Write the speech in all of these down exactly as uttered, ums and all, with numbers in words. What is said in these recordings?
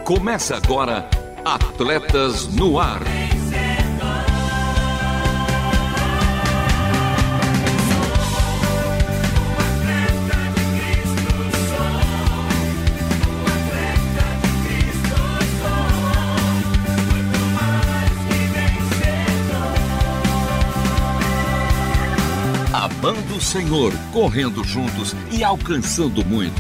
Começa agora Atletas no Ar. Amando o Senhor, correndo juntos e alcançando muitos.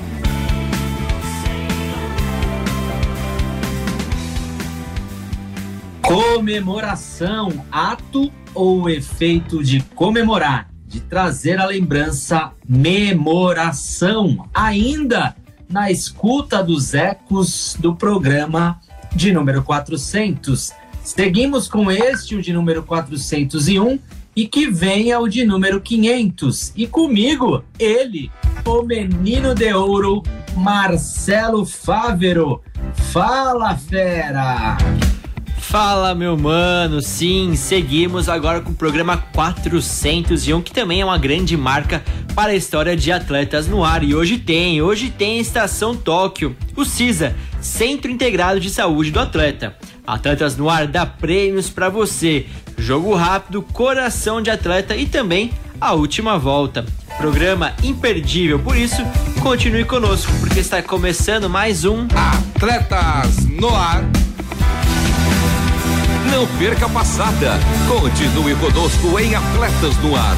Comemoração, ato ou efeito de comemorar, de trazer a lembrança, memoração, ainda na escuta dos ecos do programa de número quatrocentos. Seguimos com este, o de número quatrocentos e um, e que venha o de número quinhentos. E comigo, ele, o menino de ouro, Marcelo Fávero. Fala, fera! Fala, meu mano, sim, seguimos agora com o programa quatrocentos e um, que também é uma grande marca para a história de Atletas no Ar. E hoje tem, hoje tem Estação Tóquio, o CISA, Centro Integrado de Saúde do Atleta. Atletas no Ar dá prêmios para você, jogo rápido, coração de atleta e também a última volta. Programa imperdível, por isso continue conosco, porque está começando mais um Atletas no Ar. Não perca a passada. Continue conosco em Atletas no Ar.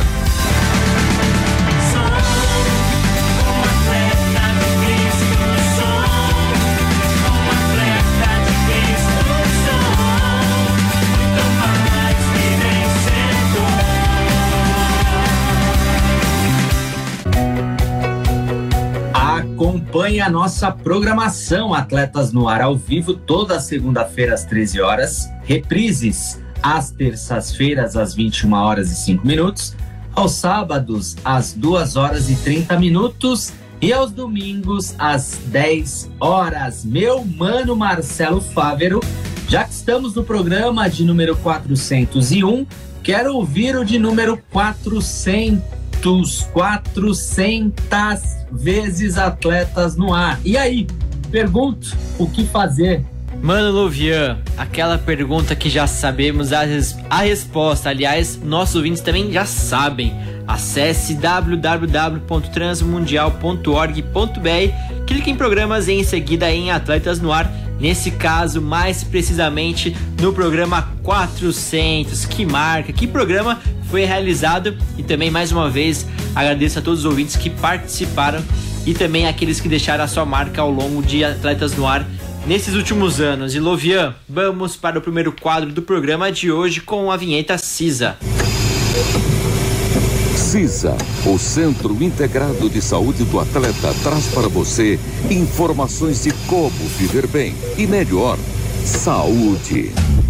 Acompanhe a nossa programação Atletas no Ar ao vivo toda segunda-feira às treze horas, reprises às terças-feiras às vinte e uma horas e cinco minutos, aos sábados às duas horas e trinta minutos e aos domingos às dez horas. Meu mano Marcelo Fávero, já que estamos no programa de número quatrocentos e um, quero ouvir o de número quatrocentos. quatrocentas vezes Atletas no Ar. E aí, pergunto, o que fazer? Mano Luvian, aquela pergunta que já sabemos a, res- a resposta. Aliás, nossos ouvintes também já sabem. Acesse w w w ponto transmundial ponto org ponto b r, clique em programas e em seguida em Atletas no Ar. Nesse caso, mais precisamente no programa quatrocentos. Que marca, que programa foi realizado. E também, mais uma vez, agradeço a todos os ouvintes que participaram e também aqueles que deixaram a sua marca ao longo de Atletas no Ar nesses últimos anos. E Lovian, vamos para o primeiro quadro do programa de hoje com a vinheta CISA. CISA, o Centro Integrado de Saúde do Atleta, traz para você informações de como viver bem e melhor. Saúde.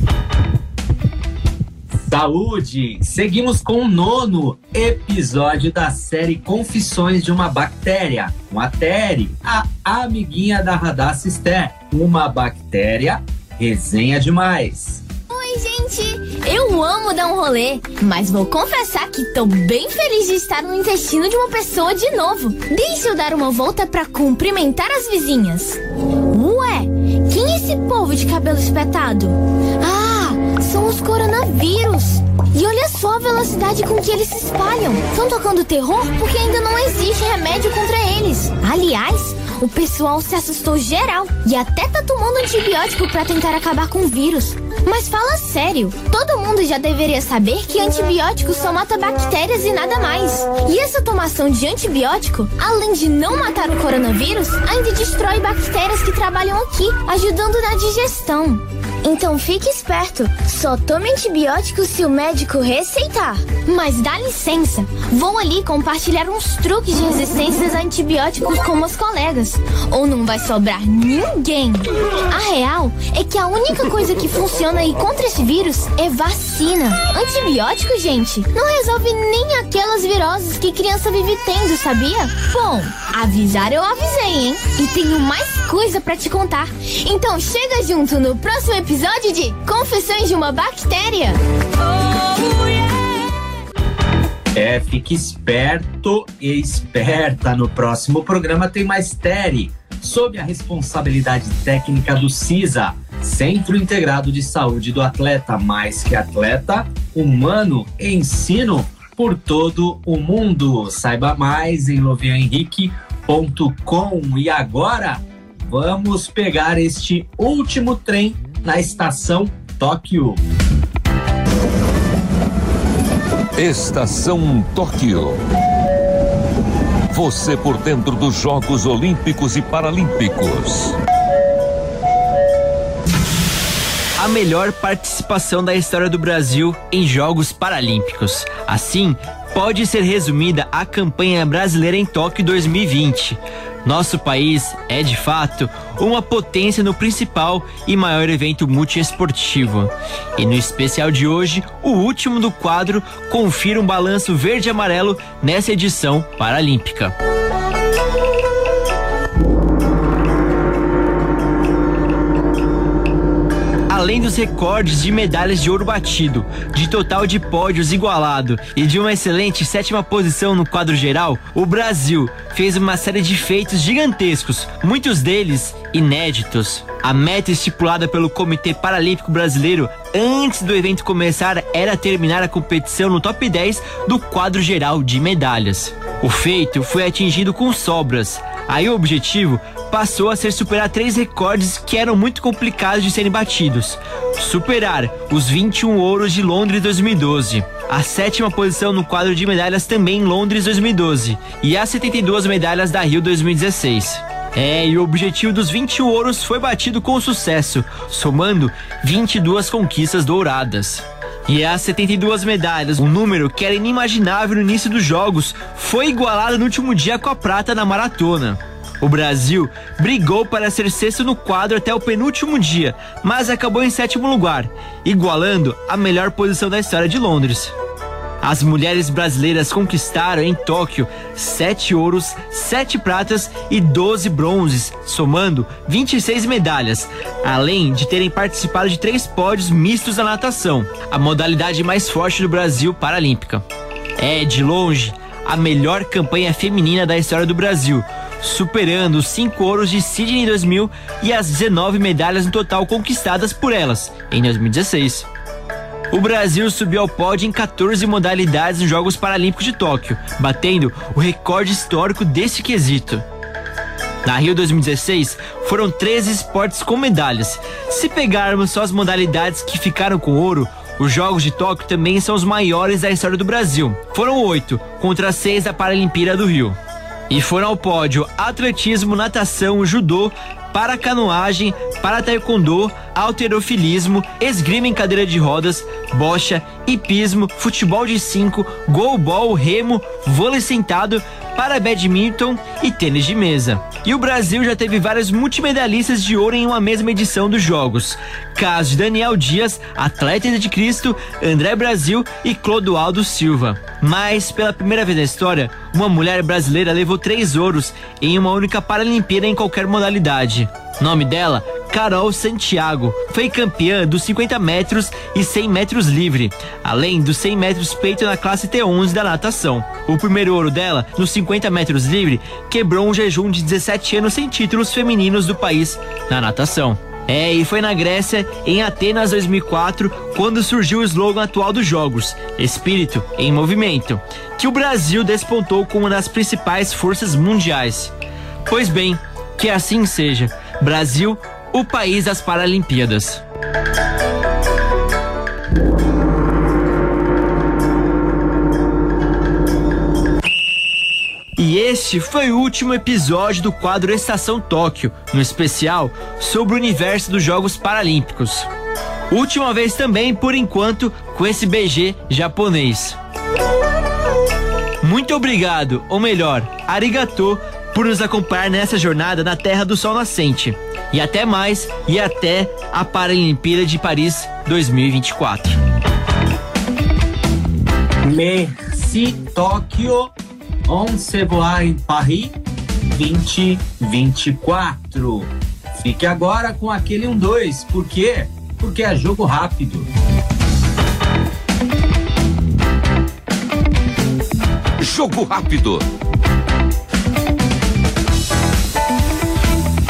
Saúde! Seguimos com o nono episódio da série Confissões de uma Bactéria, com a Tere, a amiguinha da Radar-Cister. Uma bactéria, resenha demais. Oi, gente! Eu amo dar um rolê, mas vou confessar que tô bem feliz de estar no intestino de uma pessoa de novo. Deixa eu dar uma volta pra cumprimentar as vizinhas. Ué, quem é esse povo de cabelo espetado? Ah, são os coronavírus. E olha só a velocidade com que eles se espalham. Estão tocando terror porque ainda não existe remédio contra eles. Aliás, o pessoal se assustou geral e até tá tomando antibiótico pra tentar acabar com o vírus. Mas fala sério, todo mundo já deveria saber que antibiótico só mata bactérias e nada mais. E essa tomação de antibiótico, além de não matar o coronavírus, ainda destrói bactérias que trabalham aqui, ajudando na digestão. Então fique esperto, só tome antibióticos se o médico receitar. Mas dá licença, vou ali compartilhar uns truques de resistências a antibióticos com meus colegas, ou não vai sobrar ninguém. A real é que a única coisa que funciona aí contra esse vírus é vacina. Antibiótico, gente, não resolve nem aquelas viroses que criança vive tendo, sabia? Bom, avisar eu avisei, hein? E tenho mais coisa pra te contar. Então chega junto no próximo episódio de Confissões de uma Bactéria. Oh, yeah. É, fique esperto e esperta. No próximo programa tem mais Tere. sob a responsabilidade técnica do CISA, Centro Integrado de Saúde do Atleta. Mais que atleta, humano e ensino por todo o mundo. Saiba mais em lovian henrique ponto com. E agora, vamos pegar este último trem na estação Tóquio. Estação Tóquio. Você por dentro dos Jogos Olímpicos e Paralímpicos. A melhor participação da história do Brasil em Jogos Paralímpicos. Assim, pode ser resumida a campanha brasileira em Tóquio dois mil e vinte. Nosso país é, de fato, uma potência no principal e maior evento multiesportivo. E no especial de hoje, o último do quadro, confira um balanço verde e amarelo nessa edição paralímpica. Além dos recordes de medalhas de ouro batido, de total de pódios igualado e de uma excelente sétima posição no quadro geral, o Brasil fez uma série de feitos gigantescos, muitos deles inéditos. A meta estipulada pelo Comitê Paralímpico Brasileiro antes do evento começar era terminar a competição no top dez do quadro geral de medalhas. O feito foi atingido com sobras. Aí o objetivo passou a ser superar três recordes que eram muito complicados de serem batidos. Superar os vinte e um ouros de Londres dois mil e doze, a sétima posição no quadro de medalhas também em Londres dois mil e doze e as setenta e duas medalhas da Rio dois mil e dezesseis. É, e o objetivo dos vinte e um ouros foi batido com sucesso, somando vinte e duas conquistas douradas. E as setenta e duas medalhas, um número que era inimaginável no início dos jogos, foi igualado no último dia com a prata na maratona. O Brasil brigou para ser sexto no quadro até o penúltimo dia, mas acabou em sétimo lugar, igualando a melhor posição da história de Londres. As mulheres brasileiras conquistaram em Tóquio sete ouros, sete pratas e doze bronzes, somando vinte e seis medalhas, além de terem participado de três pódios mistos na natação, a modalidade mais forte do Brasil paralímpica. É, de longe, a melhor campanha feminina da história do Brasil, superando os cinco ouros de Sydney em dois mil e as dezenove medalhas no total conquistadas por elas em dois mil e dezesseis. O Brasil subiu ao pódio em quatorze modalidades nos Jogos Paralímpicos de Tóquio, batendo o recorde histórico desse quesito. Na Rio dois mil e dezesseis, foram treze esportes com medalhas. Se pegarmos só as modalidades que ficaram com ouro, os Jogos de Tóquio também são os maiores da história do Brasil. Foram oito, contra seis da Paralimpíada do Rio. E foram ao pódio atletismo, natação, judô, para canoagem, para taekwondo, halterofilismo, esgrima em cadeira de rodas, bocha, hipismo, futebol de cinco, goalball, remo, vôlei sentado, para badminton e tênis de mesa. E o Brasil já teve vários multimedalistas de ouro em uma mesma edição dos Jogos. Caso de Daniel Dias, atleta de Cristo, André Brasil e Clodoaldo Silva. Mas, pela primeira vez na história, uma mulher brasileira levou três ouros em uma única Paralimpíada em qualquer modalidade. Nome dela, Carol Santiago, foi campeã dos cinquenta metros e cem metros livre, além dos cem metros peito na classe T onze da natação. O primeiro ouro dela, nos cinquenta metros livre, quebrou um jejum de dezessete anos sem títulos femininos do país na natação. É, e foi na Grécia, em Atenas dois mil e quatro, quando surgiu o slogan atual dos Jogos, Espírito em Movimento, que o Brasil despontou como uma das principais forças mundiais. Pois bem, que assim seja. Brasil, o país das Paralimpíadas. E este foi o último episódio do quadro Estação Tóquio, no especial sobre o universo dos Jogos Paralímpicos. Última vez também, por enquanto, com esse B G japonês. Muito obrigado, ou melhor, arigato, por nos acompanhar nessa jornada na Terra do Sol Nascente. E até mais, e até a Paralimpíada de Paris dois mil e vinte e quatro. Merci Tóquio, on se voit em Paris vinte e vinte e quatro. Fique agora com aquele um dois, por quê? Porque é jogo rápido. Jogo rápido.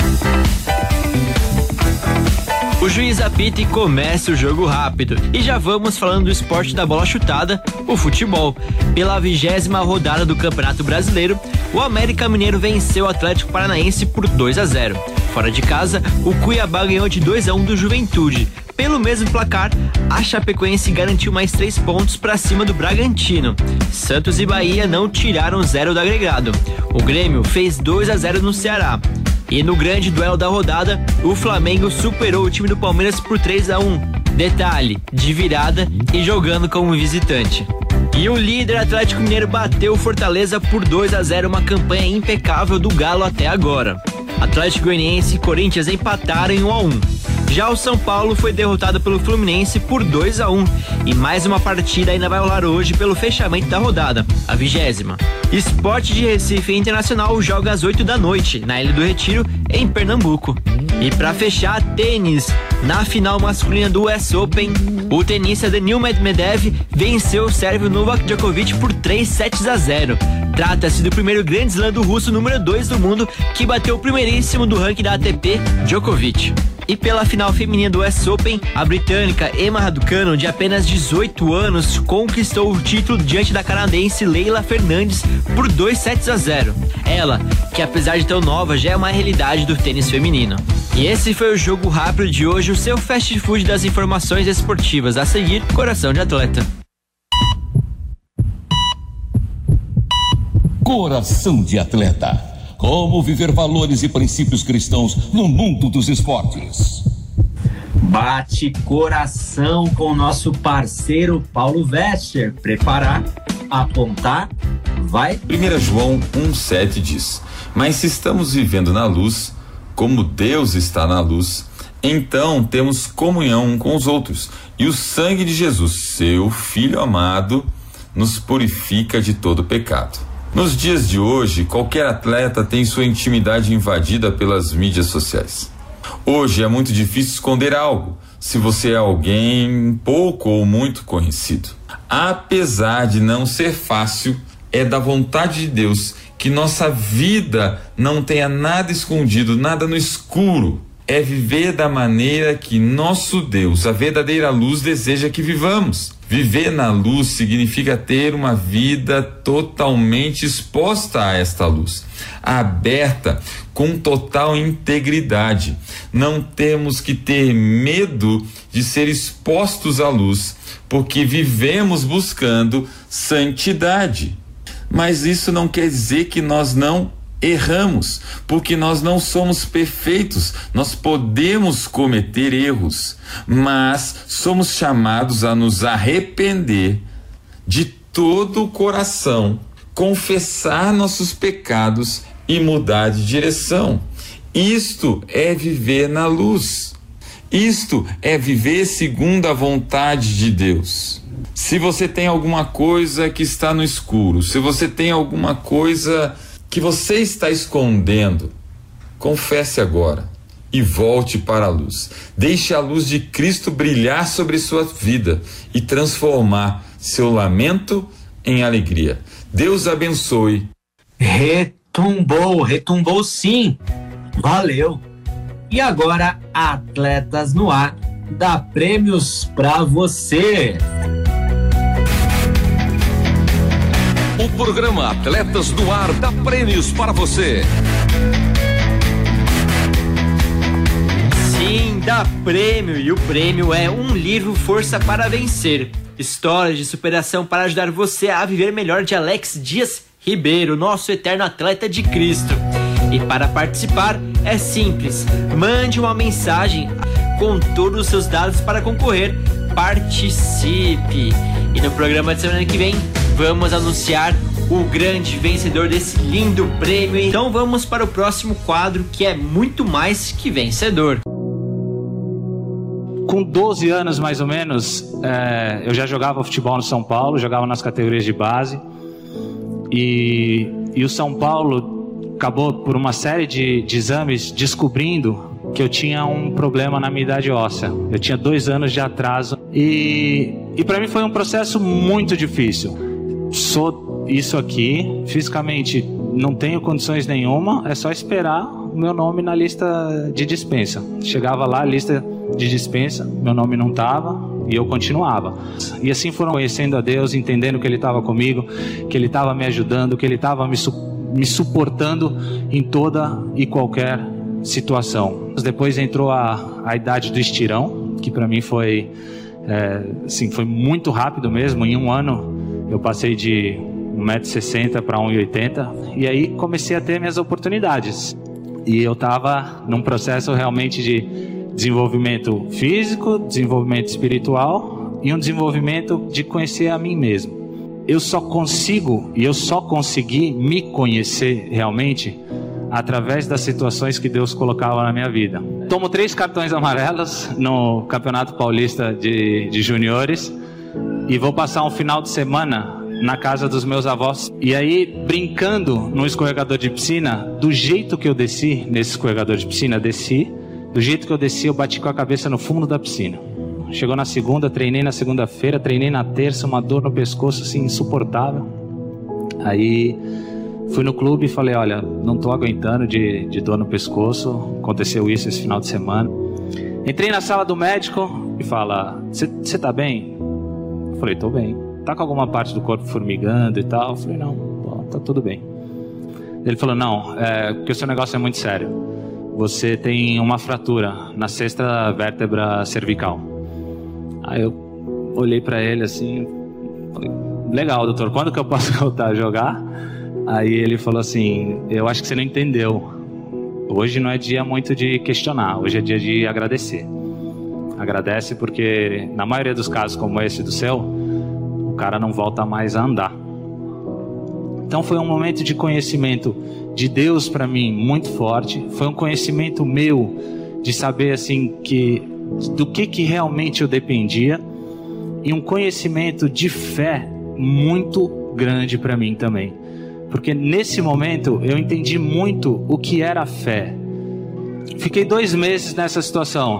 juiz apita e começa o jogo rápido. E já vamos falando do esporte da bola chutada, o futebol. Pela vigésima rodada do Campeonato Brasileiro, o América Mineiro venceu o Atlético Paranaense por dois a zero. Fora de casa, o Cuiabá ganhou de dois a um do Juventude. Pelo mesmo placar, a Chapecoense garantiu mais três pontos para cima do Bragantino. Santos e Bahia não tiraram zero do agregado. O Grêmio fez dois a zero no Ceará. E no grande duelo da rodada, o Flamengo superou o time do Palmeiras por três a um. Detalhe, de virada e jogando como visitante. E o líder Atlético Mineiro bateu o Fortaleza por dois a zero, uma campanha impecável do Galo até agora. Atlético Goianiense e Corinthians empataram em um a um. Já o São Paulo foi derrotado pelo Fluminense por dois a um. E mais uma partida ainda vai rolar hoje pelo fechamento da rodada, a vigésima. Sport de Recife Internacional joga às oito da noite, na Ilha do Retiro, em Pernambuco. E pra fechar, tênis. Na final masculina do U S Open, o tenista Daniil Medvedev venceu o sérvio Novak Djokovic por três sets a zero. Trata-se do primeiro Grand Slam do russo número dois do mundo, que bateu o primeiríssimo do ranking da A T P, Djokovic. E pela final feminina do U S Open, a britânica Emma Raducanu, de apenas dezoito anos, conquistou o título diante da canadense Leila Fernandes por dois sets a zero. Ela, que apesar de tão nova, já é uma realidade do tênis feminino. E esse foi o Jogo Rápido de hoje, o seu fast food das informações esportivas. A seguir, Coração de Atleta. Coração de Atleta. Como viver valores e princípios cristãos no mundo dos esportes. Bate coração com o nosso parceiro Paulo Vester. Preparar, apontar, vai. primeiro João um sete diz: mas se estamos vivendo na luz, como Deus está na luz, então temos comunhão com os outros. E o sangue de Jesus, seu Filho amado, nos purifica de todo pecado. Nos dias de hoje, qualquer atleta tem sua intimidade invadida pelas mídias sociais. Hoje é muito difícil esconder algo, se você é alguém pouco ou muito conhecido. Apesar de não ser fácil, é da vontade de Deus que nossa vida não tenha nada escondido, nada no escuro. É viver da maneira que nosso Deus, a verdadeira luz, deseja que vivamos. Viver na luz significa ter uma vida totalmente exposta a esta luz, aberta, com total integridade. Não temos que ter medo de ser expostos à luz, porque vivemos buscando santidade. Mas isso não quer dizer que nós não erramos, porque nós não somos perfeitos, nós podemos cometer erros, mas somos chamados a nos arrepender de todo o coração, confessar nossos pecados e mudar de direção. Isto é viver na luz. Isto é viver segundo a vontade de Deus. Se você tem alguma coisa que está no escuro, se você tem alguma coisa que você está escondendo, confesse agora e volte para a luz. Deixe a luz de Cristo brilhar sobre sua vida e transformar seu lamento em alegria. Deus abençoe. Retumbou, retumbou sim. Valeu. E agora, Atletas no Ar dá prêmios para você. O programa Atletas no Ar dá prêmios para você. Sim, dá prêmio, e o prêmio é um livro Força para Vencer. Histórias de superação para ajudar você a viver melhor, de Alex Dias Ribeiro, nosso eterno atleta de Cristo. E para participar é simples, mande uma mensagem com todos os seus dados para concorrer. Participe! E no programa de semana que vem vamos anunciar o grande vencedor desse lindo prêmio. Então vamos para o próximo quadro, que é muito mais que vencedor. Com doze anos mais ou menos, é, eu já jogava futebol no São Paulo, jogava nas categorias de base. E, e o São Paulo acabou, por uma série de, de exames, descobrindo que eu tinha um problema na minha idade óssea. Eu tinha dois anos de atraso. E, e para mim foi um processo muito difícil. Sou isso aqui, fisicamente não tenho condições nenhuma, é só esperar meu nome na lista de dispensa. Chegava lá, lista de dispensa, meu nome não estava e eu continuava. E assim foram conhecendo a Deus, entendendo que Ele estava comigo, que Ele estava me ajudando, que Ele estava me, su me suportando em toda e qualquer situação. Depois entrou a, a idade do estirão, que para mim foi, é, assim, foi muito rápido mesmo. Em um ano eu passei de um metro e sessenta para um metro e oitenta, e aí comecei a ter minhas oportunidades. E eu estava num processo realmente de desenvolvimento físico, desenvolvimento espiritual e um desenvolvimento de conhecer a mim mesmo. Eu só consigo e eu só consegui me conhecer realmente através das situações que Deus colocava na minha vida. Tomo três cartões amarelos no Campeonato Paulista de, de Juniores e vou passar um final de semana na casa dos meus avós. E aí, brincando no escorregador de piscina, do jeito que eu desci nesse escorregador de piscina, desci, do jeito que eu desci, eu bati com a cabeça no fundo da piscina. Chegou na segunda, treinei na segunda-feira, treinei na terça, uma dor no pescoço assim, insuportável. Aí fui no clube e falei, olha, não tô aguentando de, de dor no pescoço, aconteceu isso esse final de semana. Entrei na sala do médico e fala, você tá bem? Eu falei, tô bem. Tá com alguma parte do corpo formigando e tal? Eu falei, não, pô, tá tudo bem. Ele falou, não, é, porque o seu negócio é muito sério. Você tem uma fratura na sexta vértebra cervical. Aí eu olhei pra ele assim, falei, legal, doutor, quando que eu posso voltar a jogar? Aí ele falou assim, eu acho que você não entendeu. Hoje não é dia muito de questionar, hoje é dia de agradecer. Agradece porque na maioria dos casos como esse do seu, o cara não volta mais a andar. Então foi um momento de conhecimento de Deus para mim muito forte. Foi um conhecimento meu de saber assim que do que que realmente eu dependia, e um conhecimento de fé muito grande para mim também. Porque nesse momento eu entendi muito o que era fé. Fiquei dois meses nessa situação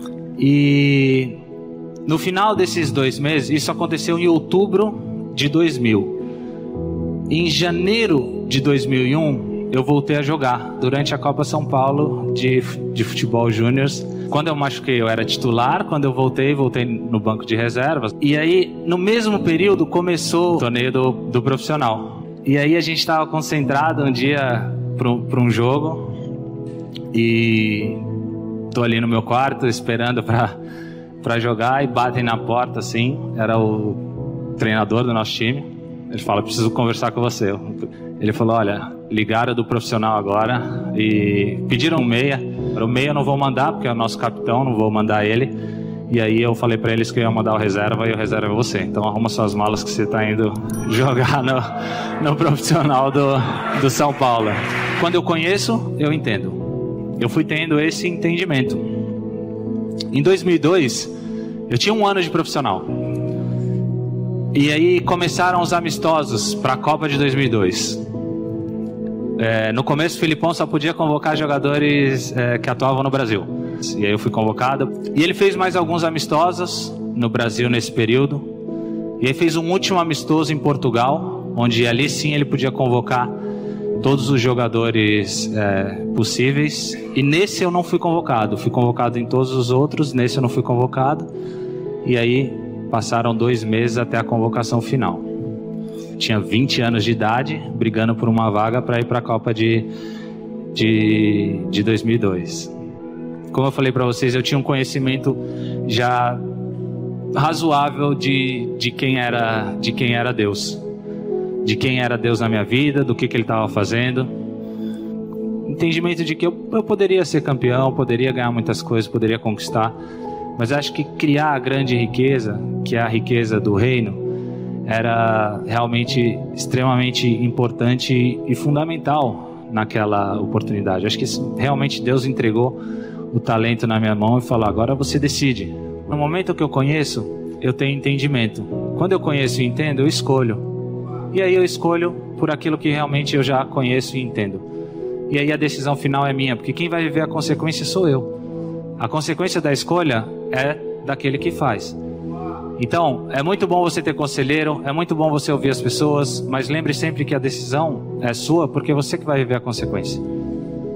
e no final desses dois meses, isso aconteceu em outubro de dois mil. Em janeiro de dois mil e um, eu voltei a jogar durante a Copa São Paulo de, de futebol júnior. Quando eu machuquei, eu era titular. Quando eu voltei, voltei no banco de reservas. E aí, no mesmo período, começou o torneio do, do profissional. E aí a gente estava concentrado um dia para um jogo. E tô ali no meu quarto esperando para para jogar e batem na porta assim. Era o treinador do nosso time. Ele fala, preciso conversar com você. Ele falou, olha, ligaram do profissional agora e pediram um meia. O meia eu não vou mandar porque é o nosso capitão, não vou mandar ele. E aí eu falei para eles que eu ia mandar o reserva e o reserva é você. Então arruma suas malas que você tá indo jogar no, no profissional do, do São Paulo. Quando eu conheço, eu entendo. Eu fui tendo esse entendimento. Em dois mil e dois, eu tinha um ano de profissional. E aí começaram os amistosos para a Copa de dois mil e dois. É, no começo, o Filipão só podia convocar jogadores é, que atuavam no Brasil. E aí eu fui convocado. E ele fez mais alguns amistosos no Brasil nesse período. E aí fez um último amistoso em Portugal, onde ali sim ele podia convocar todos os jogadores é, possíveis. E nesse eu não fui convocado. Fui convocado em todos os outros, nesse eu não fui convocado. E aí passaram dois meses até a convocação final. Tinha vinte anos de idade, brigando por uma vaga para ir para a Copa de, de, de dois mil e dois. Como eu falei para vocês, eu tinha um conhecimento já razoável de, de, quem era, de quem era Deus. De quem era Deus na minha vida, do que, que Ele estava fazendo. Entendimento de que eu, eu poderia ser campeão, poderia ganhar muitas coisas, poderia conquistar. Mas acho que criar a grande riqueza, que é a riqueza do reino, era realmente extremamente importante e fundamental naquela oportunidade. Acho que realmente Deus entregou o talento na minha mão e falou, agora você decide. No momento que eu conheço, eu tenho entendimento. Quando eu conheço e entendo, eu escolho. E aí eu escolho por aquilo que realmente eu já conheço e entendo. E aí a decisão final é minha, porque quem vai viver a consequência sou eu. A consequência da escolha é daquele que faz. Então, é muito bom você ter conselheiro, é muito bom você ouvir as pessoas, mas lembre sempre que a decisão é sua, porque é você que vai viver a consequência.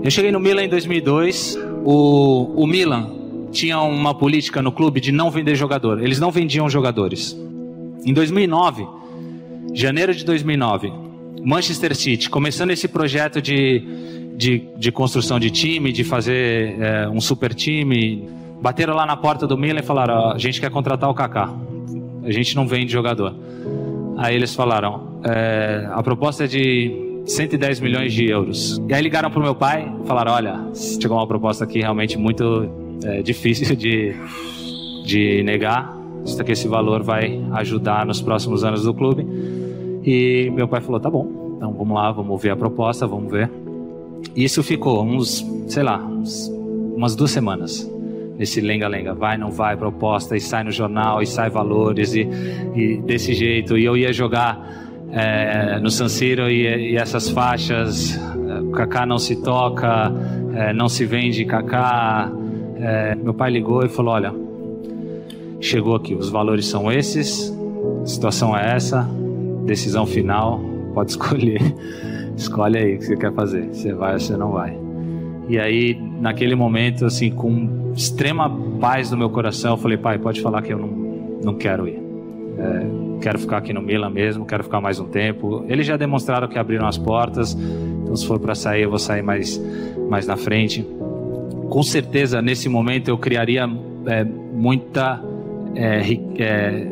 Eu cheguei no Milan em dois mil e dois. O, o Milan tinha uma política no clube de não vender jogador. Eles não vendiam jogadores. Em dois mil e nove, janeiro de dois mil e nove, Manchester City, começando esse projeto de, de, de construção de time, de fazer é, um super time, bateram lá na porta do Milan e falaram: ó, a gente quer contratar o Kaká, a gente não vende jogador. Aí eles falaram: é, a proposta é de cento e dez milhões de euros. E aí ligaram pro meu pai e falaram: olha, chegou uma proposta aqui realmente muito é, difícil de, de negar, visto que esse valor vai ajudar nos próximos anos do clube. E meu pai falou: tá bom, então vamos lá, vamos ver a proposta, vamos ver. E isso ficou uns, sei lá, uns, umas duas semanas. Esse lenga-lenga, vai, não vai, proposta, e sai no jornal, e sai valores, e, e desse jeito. E eu ia jogar é, no San Siro, e, e essas faixas, o Kaká não se toca, é, não se vende Kaká. É, meu pai ligou e falou: olha, chegou aqui, os valores são esses, a situação é essa, decisão final, pode escolher. Escolhe aí o que você quer fazer, você vai ou você não vai. E aí, naquele momento, assim, com extrema paz no meu coração, eu falei: pai, pode falar que eu não, não quero ir. É, quero ficar aqui no Milan mesmo, quero ficar mais um tempo. Eles já demonstraram que abriram as portas, então se for para sair, eu vou sair mais, mais na frente. Com certeza, nesse momento, eu criaria é, muita é, é,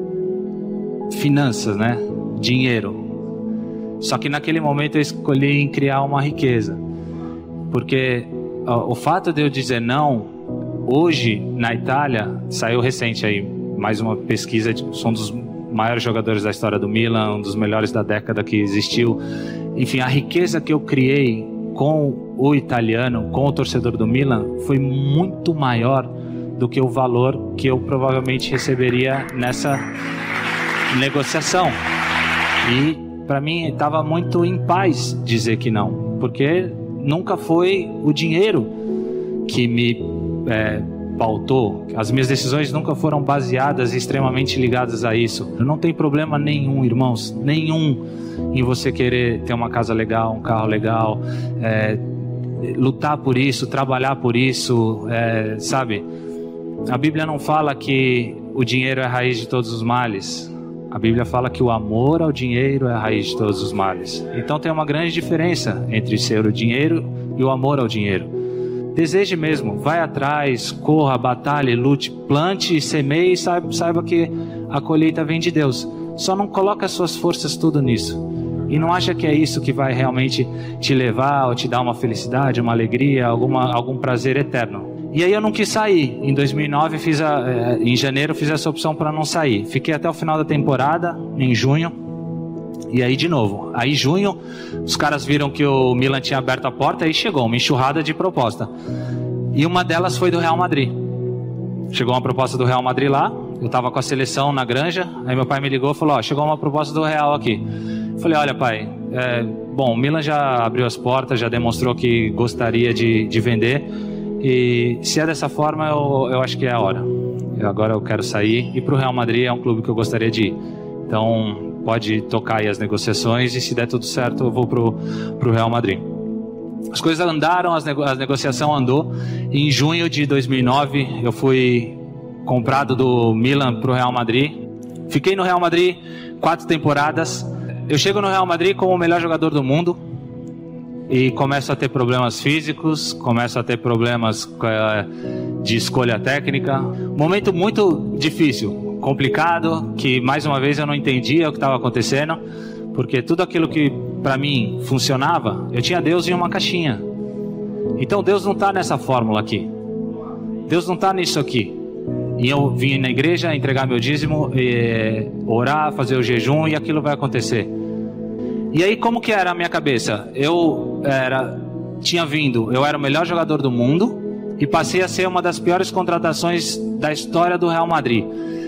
finanças, né? Dinheiro. Só que naquele momento eu escolhi em criar uma riqueza. Porque ó, o fato de eu dizer não, hoje na Itália, saiu recente aí mais uma pesquisa, sou um dos maiores jogadores da história do Milan, um dos melhores da década que existiu. Enfim, a riqueza que eu criei com o italiano, com o torcedor do Milan, foi muito maior do que o valor que eu provavelmente receberia nessa negociação. E para mim estava muito em paz dizer que não, porque nunca foi o dinheiro que me é, pautou. As minhas decisões nunca foram baseadas e extremamente ligadas a isso. Não tem problema nenhum, irmãos, nenhum em você querer ter uma casa legal, um carro legal, é, lutar por isso, trabalhar por isso, é, sabe? A Bíblia não fala que o dinheiro é a raiz de todos os males. A Bíblia fala que o amor ao dinheiro é a raiz de todos os males. Então tem uma grande diferença entre ser o dinheiro e o amor ao dinheiro. Deseje mesmo, vai atrás, corra, batalhe, lute, plante, semeie e saiba, saiba que a colheita vem de Deus. Só não coloque as suas forças tudo nisso. E não acha que é isso que vai realmente te levar ou te dar uma felicidade, uma alegria, alguma, algum prazer eterno. E aí eu não quis sair. Em dois mil e nove, fiz a, em janeiro, fiz essa opção para não sair. Fiquei até o final da temporada, em junho. E aí de novo. Aí em junho, os caras viram que o Milan tinha aberto a porta e chegou uma enxurrada de proposta. E uma delas foi do Real Madrid. Chegou uma proposta do Real Madrid lá. Eu estava com a seleção na granja. Aí meu pai me ligou e falou: ó, chegou uma proposta do Real aqui. Eu falei: olha, pai, é, bom, o Milan já abriu as portas, já demonstrou que gostaria de, de vender. E se é dessa forma, eu, eu acho que é a hora. Eu, agora eu quero sair. E para o Real Madrid é um clube que eu gostaria de ir. Então pode tocar aí as negociações. E se der tudo certo, eu vou para o Real Madrid. As coisas andaram, as nego, a negociação andou. E em junho de dois mil e nove, eu fui comprado do Milan para o Real Madrid. Fiquei no Real Madrid quatro temporadas. Eu chego no Real Madrid como o melhor jogador do mundo. E começo a ter problemas físicos, começo a ter problemas uh, de escolha técnica. Um momento muito difícil, complicado, que mais uma vez eu não entendia o que estava acontecendo, porque tudo aquilo que para mim funcionava, eu tinha Deus em uma caixinha. Então Deus não está nessa fórmula aqui. Deus não está nisso aqui. E eu vim na igreja entregar meu dízimo, e, orar, fazer o jejum e aquilo vai acontecer. E aí como que era a minha cabeça? Eu era, tinha vindo, eu era o melhor jogador do mundo e passei a ser uma das piores contratações da história do Real Madrid.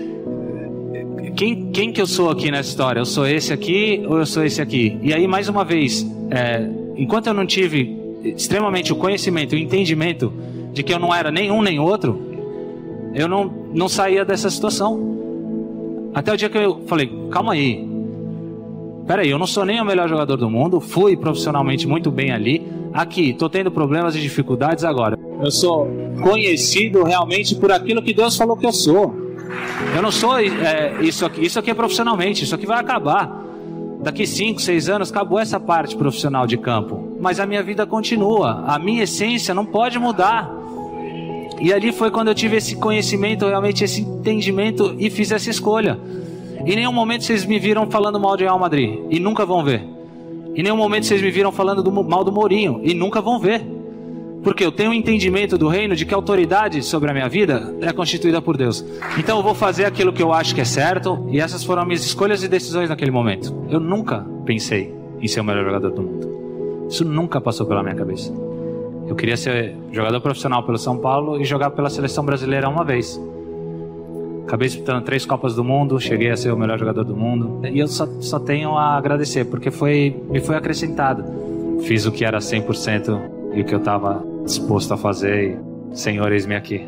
Quem, quem que eu sou aqui nessa história? Eu sou esse aqui ou eu sou esse aqui? E aí mais uma vez, é, enquanto eu não tive extremamente o conhecimento, o entendimento de que eu não era nem um nem outro, eu não, não saía dessa situação. Até o dia que eu falei: calma aí, peraí, eu não sou nem o melhor jogador do mundo, fui profissionalmente muito bem ali, aqui, tô tendo problemas e dificuldades agora. Eu sou conhecido realmente por aquilo que Deus falou que eu sou. Eu não sou é, isso aqui, isso aqui é profissionalmente, isso aqui vai acabar. Daqui cinco, seis anos, acabou essa parte profissional de campo. Mas a minha vida continua, a minha essência não pode mudar. E ali foi quando eu tive esse conhecimento, realmente esse entendimento e fiz essa escolha. Em nenhum momento vocês me viram falando mal de Real Madrid, e nunca vão ver. Em nenhum momento vocês me viram falando do, mal do Mourinho, e nunca vão ver. Porque eu tenho um entendimento do reino de que a autoridade sobre a minha vida é constituída por Deus. Então eu vou fazer aquilo que eu acho que é certo, e essas foram as minhas escolhas e decisões naquele momento. Eu nunca pensei em ser o melhor jogador do mundo. Isso nunca passou pela minha cabeça. Eu queria ser jogador profissional pelo São Paulo e jogar pela seleção brasileira uma vez. Acabei disputando três Copas do Mundo, cheguei a ser o melhor jogador do mundo. E eu só, só tenho a agradecer, porque foi, me foi acrescentado. Fiz o que era cem por cento e o que eu estava disposto a fazer. E, Senhor, eis-me aqui.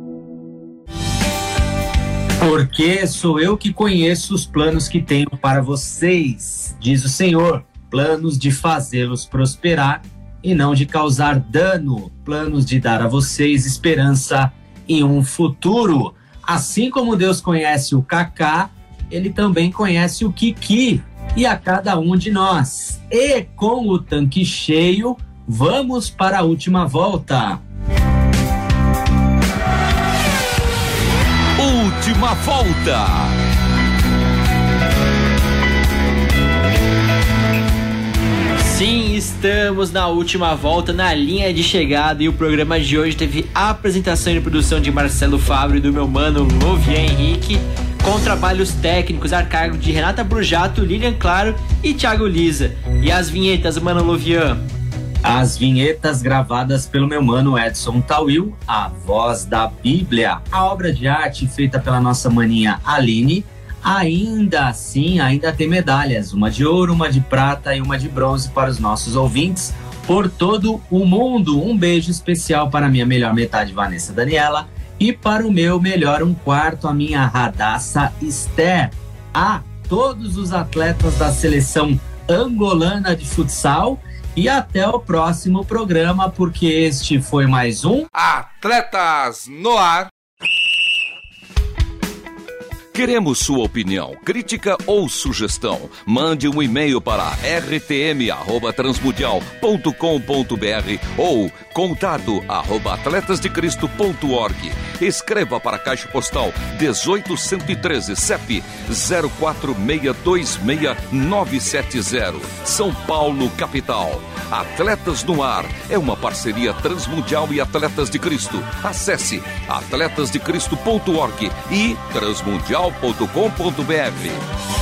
Porque sou eu que conheço os planos que tenho para vocês, diz o Senhor. Planos de fazê-los prosperar e não de causar dano, planos de dar a vocês esperança e um futuro. Assim como Deus conhece o Kaká, ele também conhece o Kiki e a cada um de nós. E com o tanque cheio, vamos para a última volta. Última volta. Sim, estamos na última volta, na linha de chegada, e o programa de hoje teve a apresentação e produção de Marcelo Fábio e do meu mano Lovian Henrique, com trabalhos técnicos a cargo de Renata Brujato, Lilian Claro e Thiago Lisa. E as vinhetas, mano Lovian? As vinhetas gravadas pelo meu mano Edson Tawil, a voz da Bíblia, a obra de arte feita pela nossa maninha Aline. Ainda assim, ainda tem medalhas, uma de ouro, uma de prata e uma de bronze para os nossos ouvintes por todo o mundo. Um beijo especial para a minha melhor metade, Vanessa Daniela, e para o meu melhor um quarto, a minha Radassa Esther. A todos os atletas da seleção angolana de futsal, e até o próximo programa, porque este foi mais um Atletas no Ar. Queremos sua opinião, crítica ou sugestão. Mande um e-mail para r t m arroba transmundial ponto com ponto b r ou contato arroba atletas de cristo ponto org. Escreva para a Caixa Postal dezoito cento e treze, C E P zero quatro seis dois seis nove sete zero, São Paulo, capital. Atletas no Ar é uma parceria Transmundial e Atletas de Cristo. Acesse atletas de cristo ponto org e transmundial ponto com ponto b r.